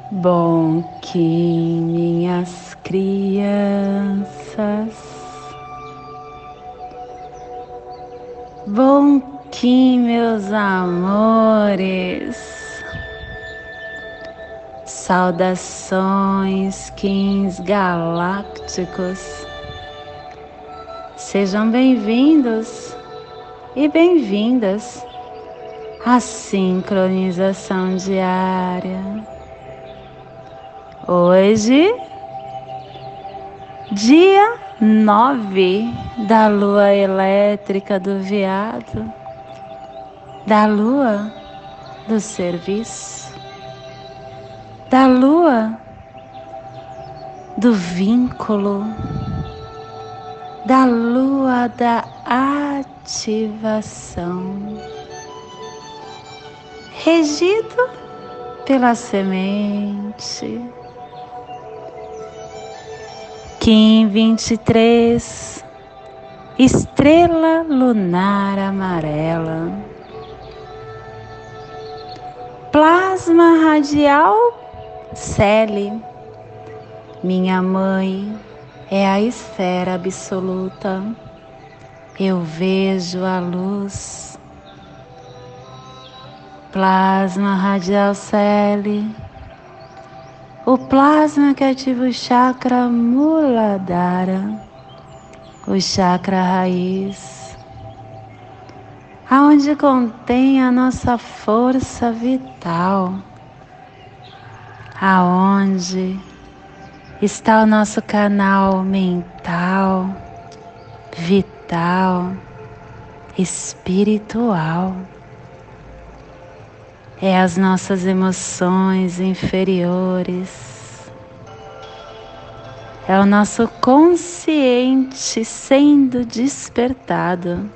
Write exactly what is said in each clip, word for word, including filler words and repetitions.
Bom que minhas crianças, bom que meus amores, saudações, Kins galácticos, sejam bem-vindos e bem-vindas à sincronização diária. Hoje, dia nove da lua elétrica do veado, da lua do serviço, da lua do vínculo, da lua da ativação, regido pela semente. Kim vinte e três, estrela lunar amarela, plasma radial Celi, minha mãe é a esfera absoluta, eu vejo a luz. Plasma radial Celi, o plasma que ativa o chakra Muladhara, o chakra raiz, aonde contém a nossa força vital, aonde está o nosso canal mental, vital, espiritual. É as nossas emoções inferiores, é o nosso consciente sendo despertado,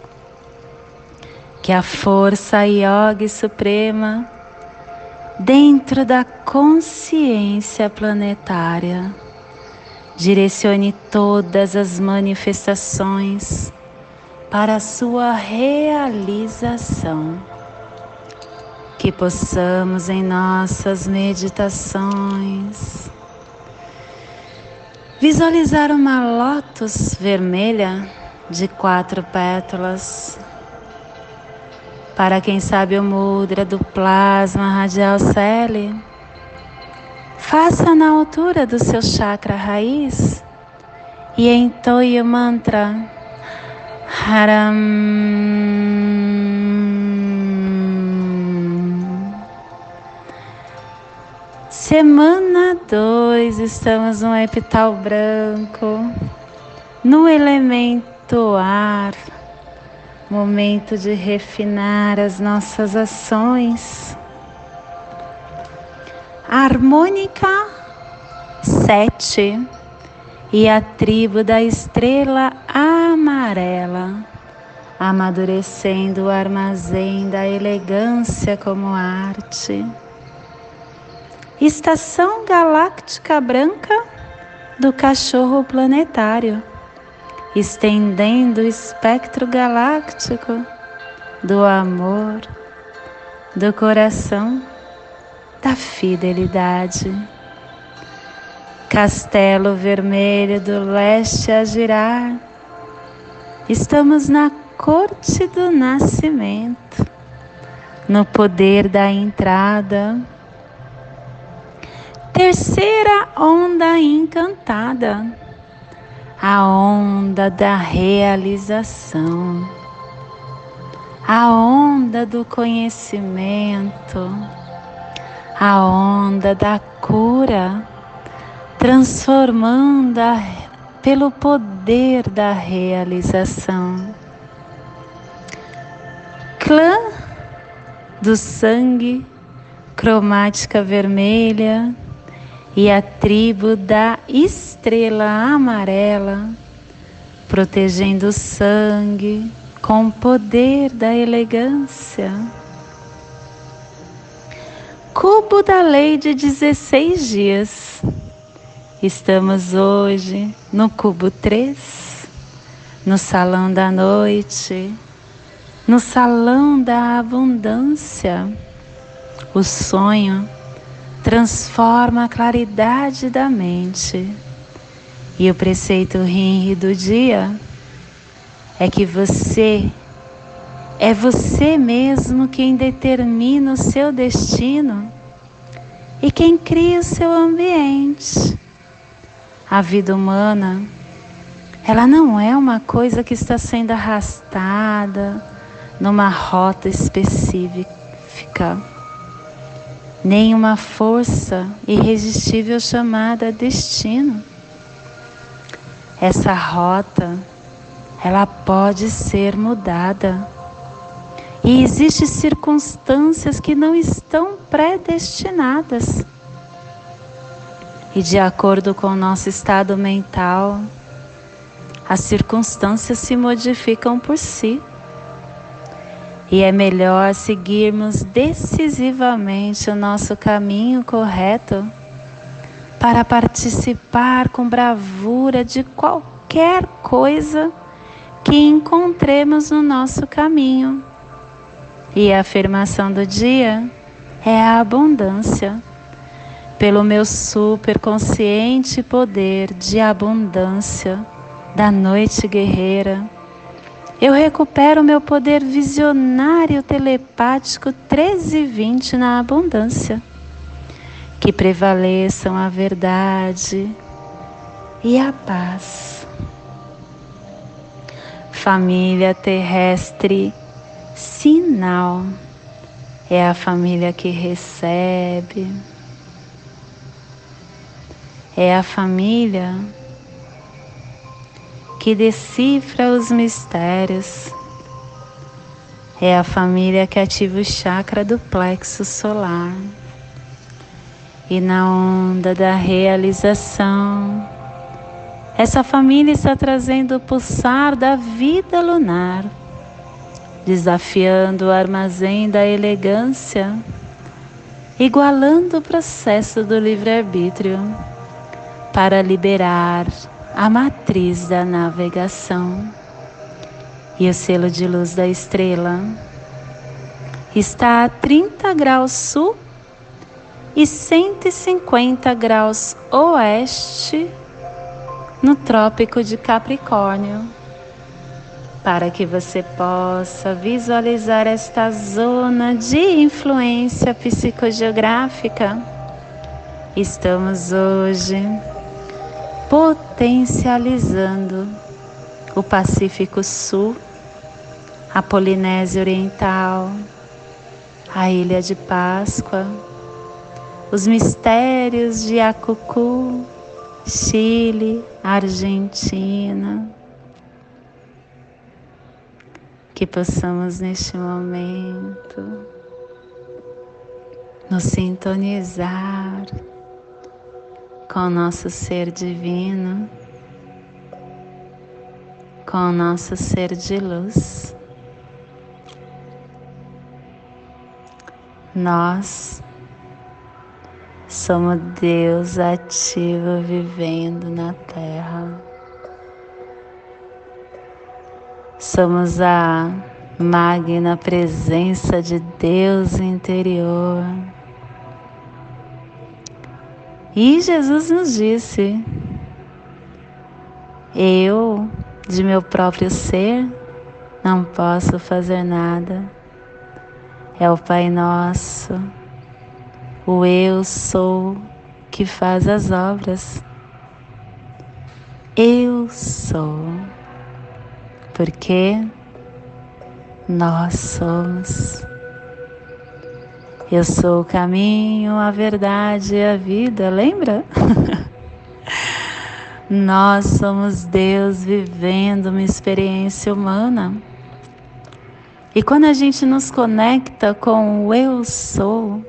que a força yogi suprema, dentro da consciência planetária, direcione todas as manifestações para a sua realização. Que possamos em nossas meditações visualizar uma lótus vermelha de quatro pétalas. Para quem sabe o mudra do plasma radial Celi, faça na altura do seu chakra raiz e entoie o mantra Haram. Semana dois, estamos no epital branco, no elemento ar, momento de refinar as nossas ações. Harmônica sete e a tribo da estrela amarela, amadurecendo o armazém da elegância como arte. Estação galáctica branca do cachorro planetário, estendendo o espectro galáctico do amor, do coração, da fidelidade. Castelo vermelho do leste a girar, estamos na corte do nascimento, no poder da entrada. Terceira onda encantada, a onda da realização, a onda do conhecimento, a onda da cura, transformando a, pelo poder da realização. Clã do sangue, cromática vermelha, e a tribo da estrela amarela, protegendo o sangue com o poder da elegância. Cubo da lei de dezesseis dias. Estamos hoje no cubo três, no salão da noite, no salão da abundância, o sonho transforma a claridade da mente. E o preceito Rinri do dia é que você é você mesmo quem determina o seu destino e quem cria o seu ambiente. A vida humana, ela não é uma coisa que está sendo arrastada numa rota específica, nem uma força irresistível chamada destino. Essa rota, ela pode ser mudada. E existem circunstâncias que não estão predestinadas. E de acordo com o nosso estado mental, as circunstâncias se modificam por si. E é melhor seguirmos decisivamente o nosso caminho correto para participar com bravura de qualquer coisa que encontremos no nosso caminho. E a afirmação do dia é a abundância. Pelo meu superconsciente poder de abundância da noite guerreira, eu recupero meu poder visionário telepático treze e vinte na abundância. Que prevaleçam a verdade e a paz. Família terrestre sinal é a família que recebe, é a família que decifra os mistérios, é a família que ativa o chakra do plexo solar. E na onda da realização, essa família está trazendo o pulsar da vida lunar, desafiando o armazém da elegância, igualando o processo do livre-arbítrio para liberar a matriz da navegação. E o selo de luz da estrela está a trinta graus sul e cento e cinquenta graus oeste no Trópico de Capricórnio, para que você possa visualizar esta zona de influência psicogeográfica. Estamos hoje potencializando o Pacífico Sul, a Polinésia Oriental, a Ilha de Páscoa, os mistérios de Akuku, Chile, Argentina. Que possamos neste momento nos sintonizar com o nosso ser divino, com o nosso ser de luz. Nós somos Deus ativo vivendo na Terra. Somos a magna presença de Deus interior. E Jesus nos disse: eu, de meu próprio ser, não posso fazer nada. É o Pai Nosso, o Eu Sou, que faz as obras. Eu sou, porque nós somos. Eu sou o caminho, a verdade e a vida, lembra? Nós somos Deus vivendo uma experiência humana. E quando a gente nos conecta com o Eu Sou,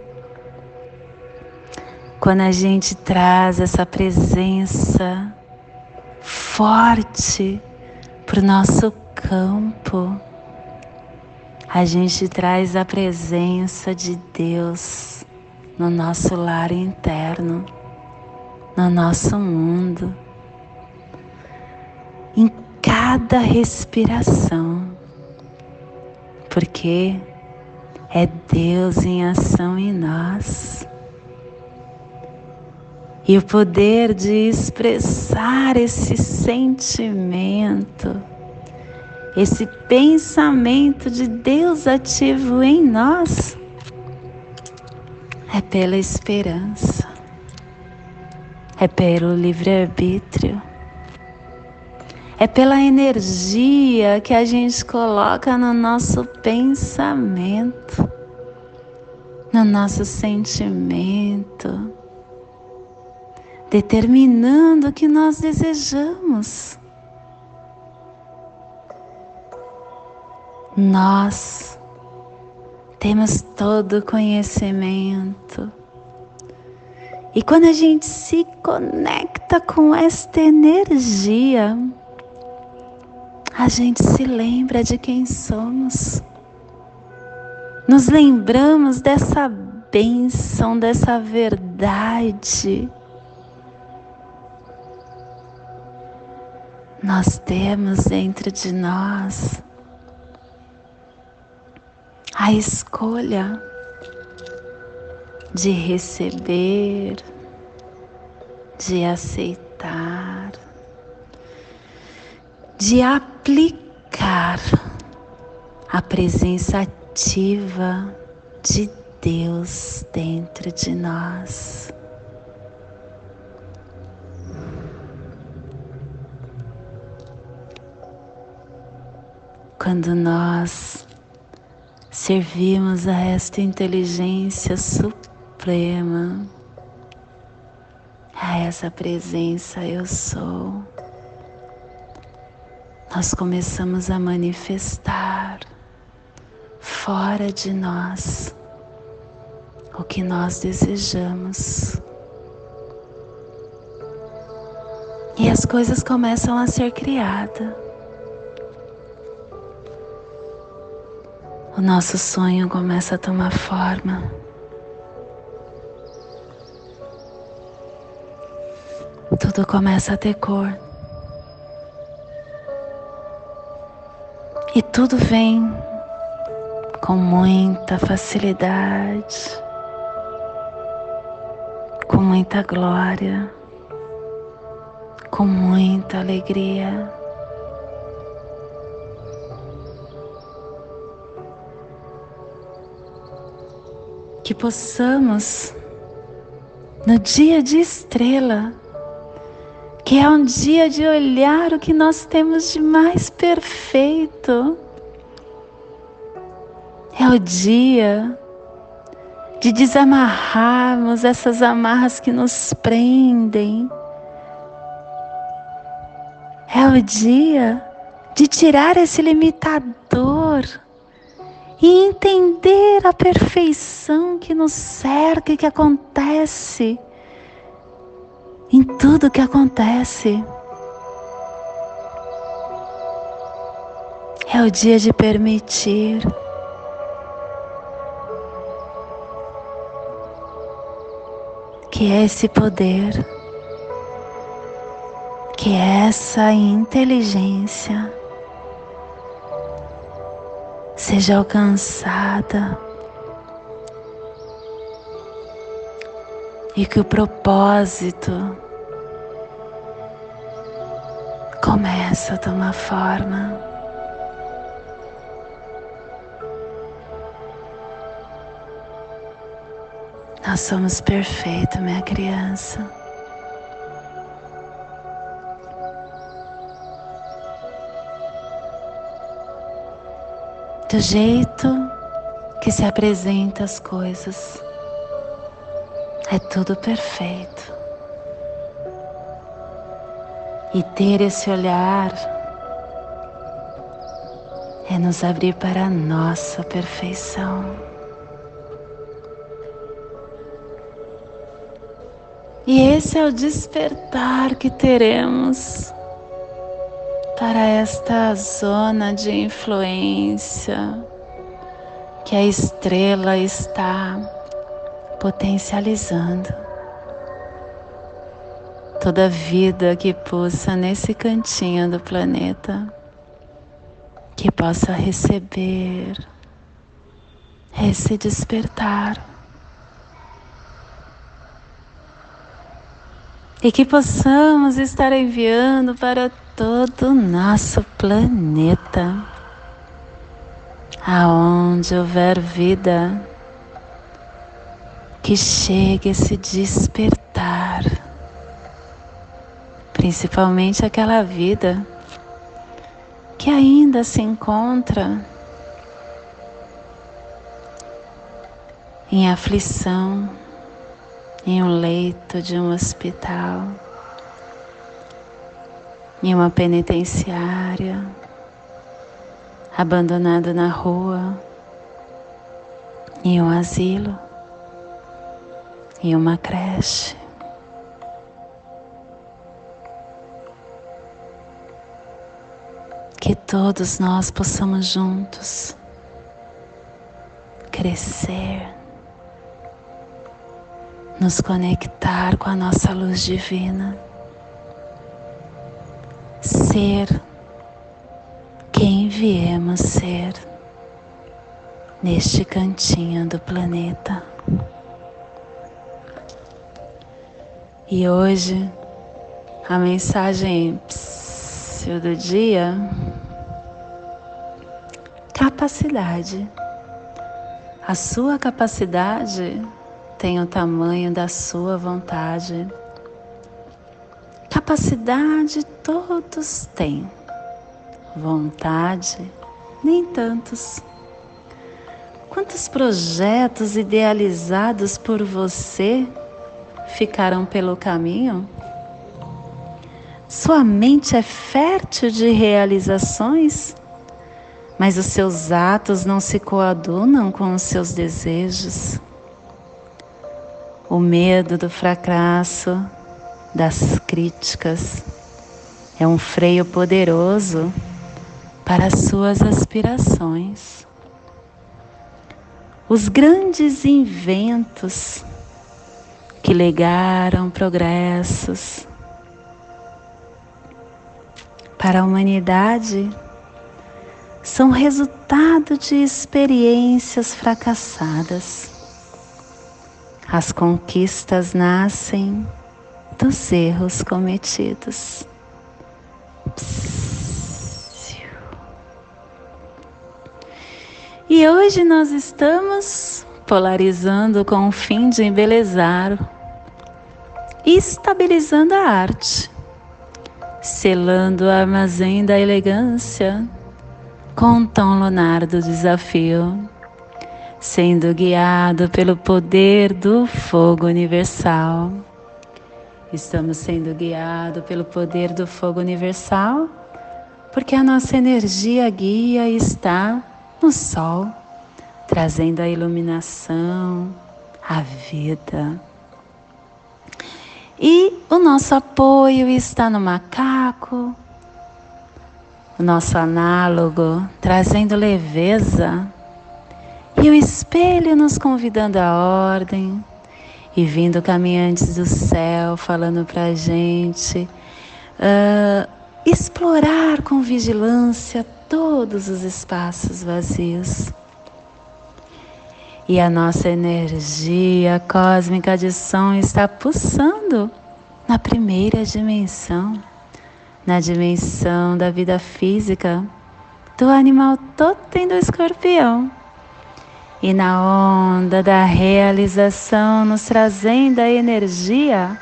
quando a gente traz essa presença forte para o nosso campo, a gente traz a presença de Deus no nosso lar interno, no nosso mundo, em cada respiração, porque é Deus em ação em nós. e o poder de expressar esse sentimento, esse pensamento de Deus ativo em nós, é pela esperança, é pelo livre-arbítrio, é pela energia que a gente coloca no nosso pensamento, no nosso sentimento, determinando o que nós desejamos. Nós temos todo o conhecimento. E quando a gente se conecta com esta energia, a gente se lembra de quem somos. Nos lembramos dessa bênção, dessa verdade. Nós temos dentro de nós a escolha de receber, de aceitar, de aplicar a presença ativa de Deus dentro de nós. Quando nós servimos a esta inteligência suprema, a essa presença eu sou, nós começamos a manifestar fora de nós o que nós desejamos. E as coisas começam a ser criadas. O nosso sonho começa a tomar forma. Tudo começa a ter cor. E tudo vem com muita facilidade, com muita glória, com muita alegria. Que possamos, no dia de estrela, que é um dia de olhar o que nós temos de mais perfeito, é o dia de desamarrarmos essas amarras que nos prendem, é o dia de tirar esse limitador e entender a perfeição que nos cerca e que acontece em tudo que acontece. É o dia de permitir que esse poder, que essa inteligência seja alcançada e que o propósito comece a tomar forma. Nós somos perfeitos, minha criança. Do jeito que se apresenta as coisas, é tudo perfeito. E ter esse olhar é nos abrir para a nossa perfeição. E esse é o despertar que teremos para esta zona de influência que a estrela está potencializando. Toda vida que pulsa nesse cantinho do planeta, que possa receber esse despertar. e que possamos estar enviando para todo o nosso planeta, aonde houver vida, que chegue a se despertar, principalmente aquela vida que ainda se encontra em aflição, em um leito de um hospital, em uma penitenciária, abandonado na rua, em um asilo, em uma creche. Que todos nós possamos juntos crescer, nos conectar com a nossa luz divina, ser quem viemos ser neste cantinho do planeta. E hoje a mensagem do dia: capacidade. A sua capacidade tem o tamanho da sua vontade. Capacidade todos têm, vontade nem tantos. Quantos projetos idealizados por você ficaram pelo caminho? Sua mente é fértil de realizações, mas os seus atos não se coadunam com os seus desejos. O medo do fracasso, das críticas, é um freio poderoso para as suas aspirações. Os grandes inventos que legaram progressos para a humanidade são resultado de experiências fracassadas. As conquistas nascem dos erros cometidos. E hoje nós estamos polarizando com o fim de embelezar e estabilizando a arte, selando o armazém da elegância com o tom lunar do desafio, sendo guiado pelo poder do fogo universal. Estamos sendo guiados pelo poder do fogo universal, porque a nossa energia guia está no sol, trazendo a iluminação, a vida. E o nosso apoio está no macaco, o nosso análogo trazendo leveza, e o espelho nos convidando à ordem, e vindo caminhantes do céu falando para a gente uh, explorar com vigilância todos os espaços vazios. E a nossa energia cósmica de som está pulsando na primeira dimensão, na dimensão da vida física, do animal totem do escorpião. E na onda da realização, nos trazendo a energia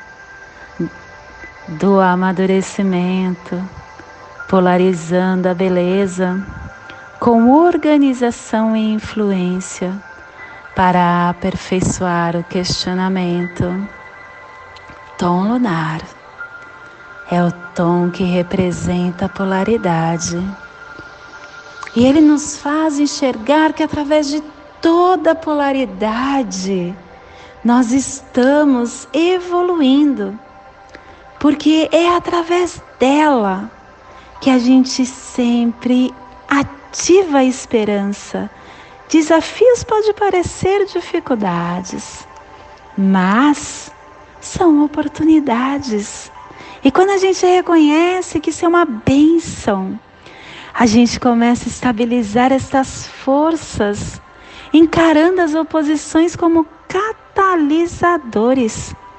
do amadurecimento, polarizando a beleza com organização e influência para aperfeiçoar o questionamento. Tom lunar é o tom que representa a polaridade. E ele nos faz enxergar que através de toda a polaridade nós estamos evoluindo, porque é através dela que a gente sempre ativa a esperança. Desafios podem parecer dificuldades, mas são oportunidades. E quando a gente reconhece que isso é uma bênção, a gente começa a estabilizar essas forças, encarando as oposições como catalisadores,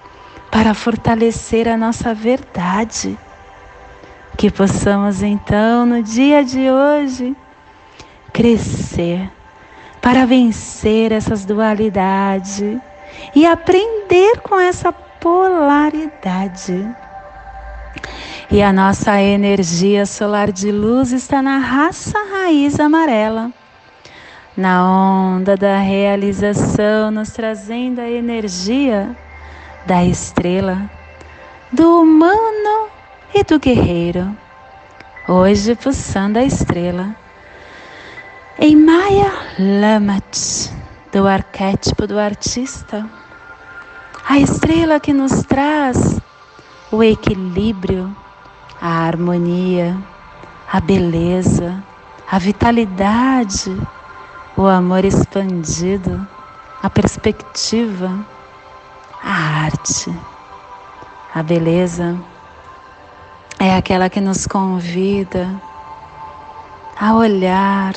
para fortalecer a nossa verdade. Que possamos então, no dia de hoje, crescer para vencer essas dualidades e aprender com essa polaridade. E a nossa energia solar de luz está na raça raiz amarela, na onda da realização, nos trazendo a energia da estrela, do humano e do guerreiro. Hoje pulsando a estrela em Maya Lamat, do arquétipo do artista, a estrela que nos traz o equilíbrio, a harmonia, a beleza, a vitalidade, o amor expandido, a perspectiva, a arte. A beleza é aquela que nos convida a olhar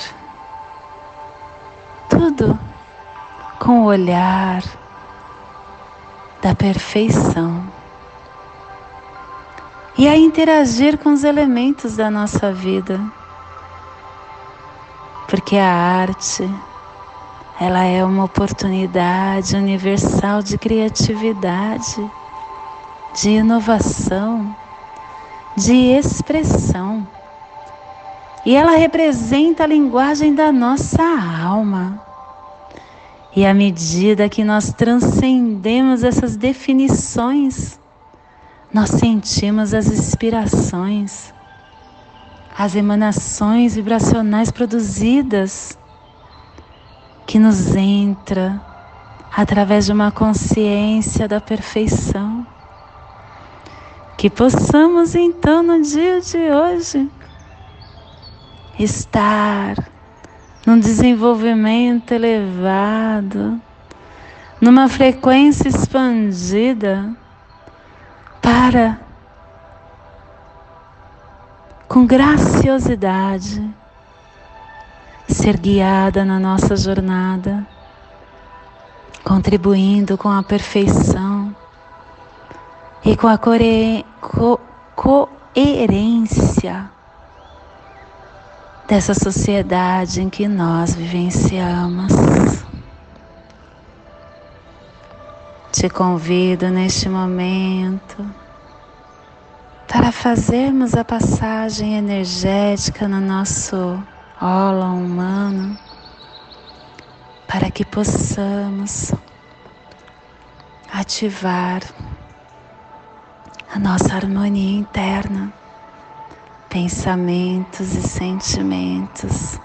tudo com o olhar da perfeição e a interagir com os elementos da nossa vida, porque a arte, ela é uma oportunidade universal de criatividade, de inovação, de expressão. E ela representa a linguagem da nossa alma. E à medida que nós transcendemos essas definições, nós sentimos as inspirações, as emanações vibracionais produzidas, que nos entra através de uma consciência da perfeição. Que possamos então no dia de hoje estar num desenvolvimento elevado, numa frequência expandida, para, com graciosidade, ser guiada na nossa jornada, contribuindo com a perfeição e com a core- co- coerência dessa sociedade em que nós vivenciamos. Te convido neste momento para fazermos a passagem energética no nosso ólon humano, para que possamos ativar a nossa harmonia interna, pensamentos e sentimentos.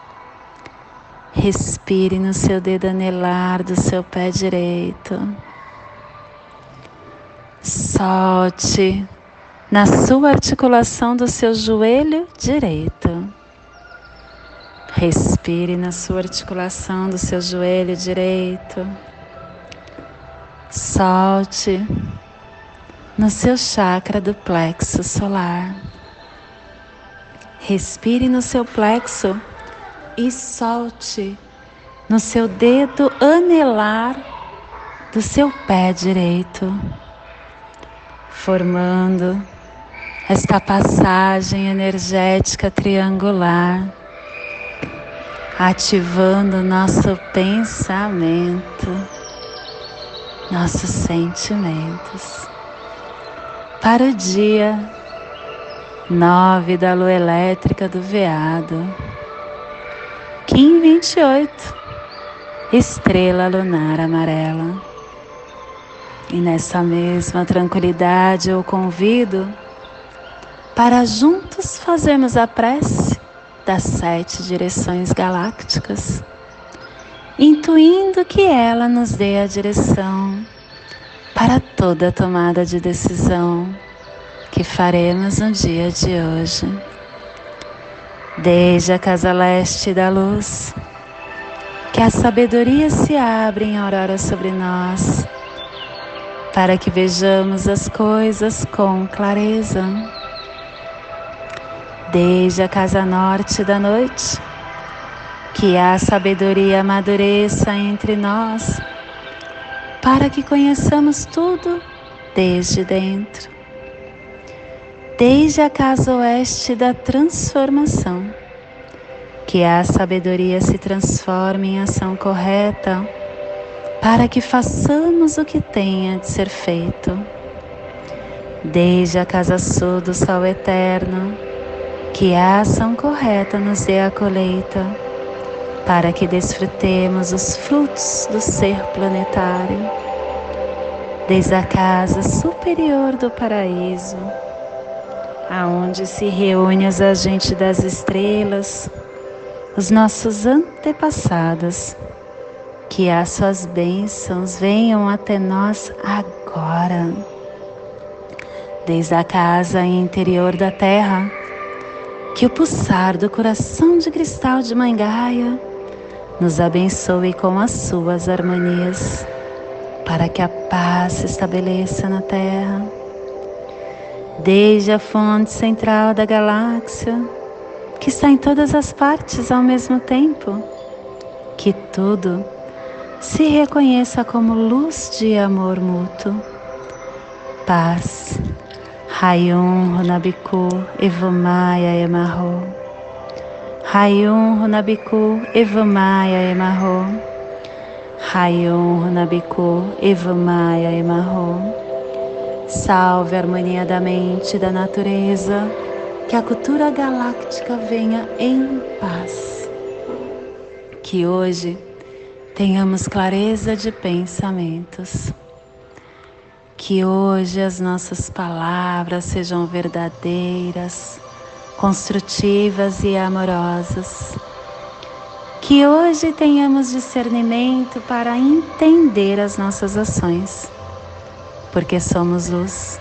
Respire no seu dedo anelar do seu pé direito. Solte na sua articulação do seu joelho direito. Respire na sua articulação do seu joelho direito. Solte no seu chakra do plexo solar. Respire no seu plexo e solte no seu dedo anelar do seu pé direito, formando esta passagem energética triangular, ativando nosso pensamento, nossos sentimentos, para o dia nove da lua elétrica do veado, Kim vinte e oito, estrela lunar amarela. E nessa mesma tranquilidade eu convido para juntos fazermos a prece das sete direções galácticas, intuindo que ela nos dê a direção para toda a tomada de decisão que faremos no dia de hoje. Desde a casa leste da luz, que a sabedoria se abra em aurora sobre nós, para que vejamos as coisas com clareza. Desde a casa norte da noite, que a sabedoria amadureça entre nós, para que conheçamos tudo desde dentro, desde a casa oeste da transformação, que a sabedoria se transforme em ação correta para que façamos o que tenha de ser feito. Desde a casa sul do sol eterno, que a ação correta nos dê a colheita, para que desfrutemos os frutos do ser planetário. Desde a casa superior do paraíso, aonde se reúnem os agentes das estrelas, os nossos antepassados, que as suas bênçãos venham até nós agora. Desde a casa interior da Terra, que o pulsar do coração de cristal de Mãe Gaia nos abençoe com as suas harmonias, para que a paz se estabeleça na Terra. Desde a fonte central da galáxia, que está em todas as partes ao mesmo tempo, que tudo se reconheça como luz de amor mútuo. Paz. Rayon Runabiku Evomaya Emarro. Rayon Runabiku Evomaya Emarro. Rayon Runabiku Evomaya Emarro. Salve a harmonia da mente e da natureza, que a cultura galáctica venha em paz. Que hoje tenhamos clareza de pensamentos. Que hoje as nossas palavras sejam verdadeiras, construtivas e amorosas. Que hoje tenhamos discernimento para entender as nossas ações, porque somos luz,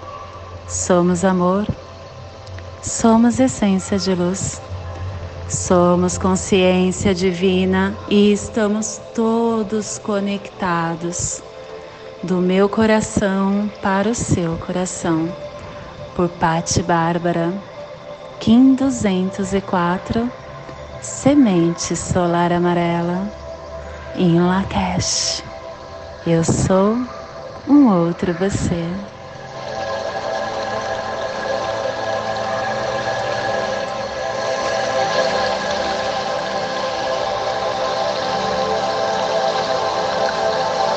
somos amor, somos essência de luz, somos consciência divina e estamos todos conectados. Do meu coração para o seu coração, por Patti Bárbara, Kim duzentos e quatro, Semente Solar Amarela, em Lakesh. Eu sou um outro você.